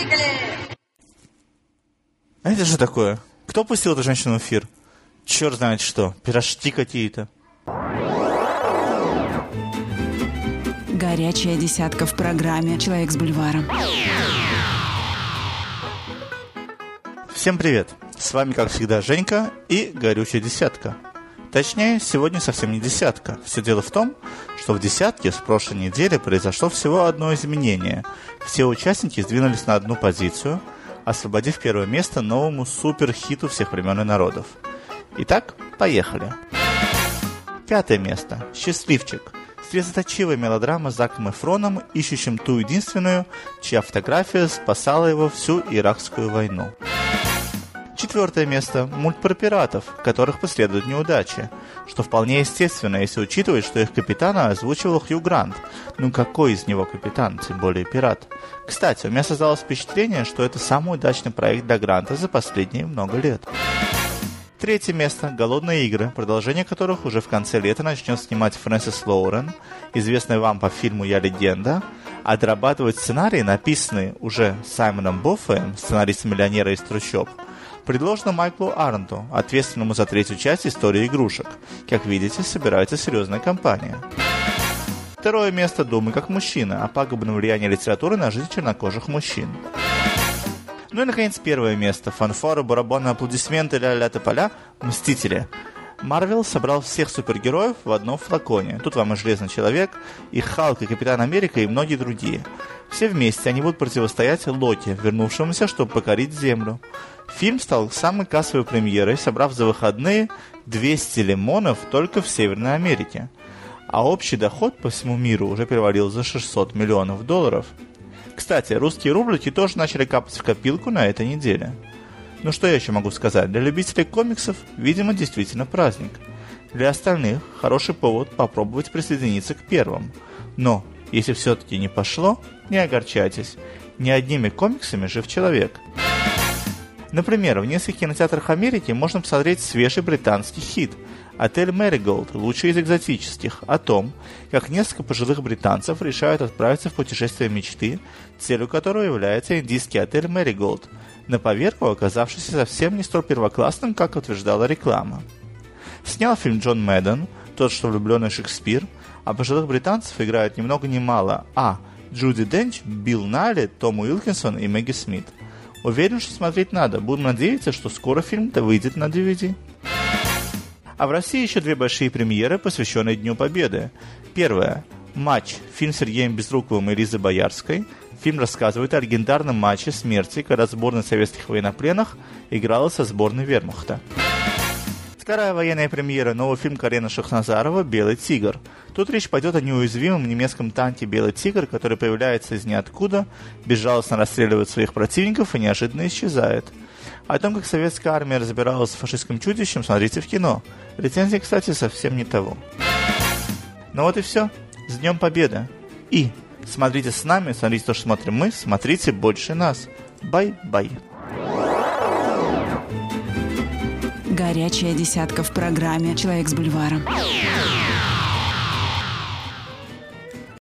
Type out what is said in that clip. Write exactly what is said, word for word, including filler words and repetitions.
А это же такое? Кто пустил эту женщину в эфир? Черт знает что, пирожки какие-то. Горячая десятка в программе «Человек с бульваром». Всем привет! С вами, как всегда, Женька и горючая десятка. Точнее, сегодня совсем не десятка. Все дело в том, что в десятке с прошлой недели произошло всего одно изменение. Все участники сдвинулись на одну позицию, освободив первое место новому суперхиту всех времен и народов. Итак, поехали. Пятое место. «Счастливчик». Слезоточивая мелодрама с Заком Эфроном, ищущим ту единственную, чья фотография спасала его всю Иракскую войну. Четвертое место. Мульт про пиратов, в которых последуют неудачи, что вполне естественно, если учитывать, что их капитана озвучивал Хью Грант. Ну какой из него капитан, тем более пират? Кстати, у меня создалось впечатление, что это самый удачный проект для Гранта за последние много лет. Третье место. «Голодные игры», продолжение которых уже в конце лета начнет снимать Фрэнсис Лоурен, известная вам по фильму «Я легенда», а дорабатывать сценарий, написанный уже Саймоном Боффеем, сценаристом «Миллионера из трущоб», предложено Майклу Арнту, ответственному за третью часть «Истории игрушек». Как видите, собирается серьезная компания. Второе место. «Думай как мужчина», о пагубном влиянии литературы на жизнь чернокожих мужчин. Ну и, наконец, первое место. Фанфары, барабаны, аплодисменты, ля-ля тополя, «Мстители». Марвел собрал всех супергероев в одном флаконе. Тут вам и Железный Человек, и Халк, и Капитан Америка, и многие другие. Все вместе они будут противостоять Локи, вернувшемуся, чтобы покорить Землю. Фильм стал самой кассовой премьерой, собрав за выходные двести лимонов только в Северной Америке. А общий доход по всему миру уже перевалил за шестьсот миллионов долларов. Кстати, русские рублики тоже начали капать в копилку на этой неделе. Ну что я еще могу сказать? Для любителей комиксов, видимо, действительно праздник. Для остальных хороший повод попробовать присоединиться к первым. Но, если все-таки не пошло, не огорчайтесь. Не одними комиксами жив человек. Например, в нескольких кинотеатрах Америки можно посмотреть свежий британский хит «Отель Мэриголд», лучший из экзотических, о том, как несколько пожилых британцев решают отправиться в путешествие мечты, целью которого является индийский отель Мэриголд, на поверку оказавшийся совсем не столь первоклассным, как утверждала реклама. Снял фильм Джон Мэдден, тот, что влюбленный Шекспир, а пожилых британцев играют ни много ни мало а. Джуди Денч, Билл Найли, Том Уилкинсон и Мэгги Смит. Уверен, что смотреть надо. Будем надеяться, что скоро фильм-то выйдет на ди ви ди. А в России еще две большие премьеры, посвященные Дню Победы. Первая. «Матч». Фильм с Сергеем Безруковым и Лизой Боярской. Фильм рассказывает о легендарном матче смерти, когда сборная советских военнопленных играла со сборной вермахта. Вторая военная премьера – новый фильм Карена Шахназарова «Белый тигр». Тут речь пойдет о неуязвимом немецком танке «Белый тигр», который появляется из ниоткуда, безжалостно расстреливает своих противников и неожиданно исчезает. О том, как советская армия разбиралась с фашистским чудищем, смотрите в кино. Рецензия, кстати, совсем не того. Ну вот и все. С Днем Победы. И смотрите с нами, смотрите то, что смотрим мы, смотрите больше нас. Бай-бай. Горячая десятка в программе «Человек с бульваром».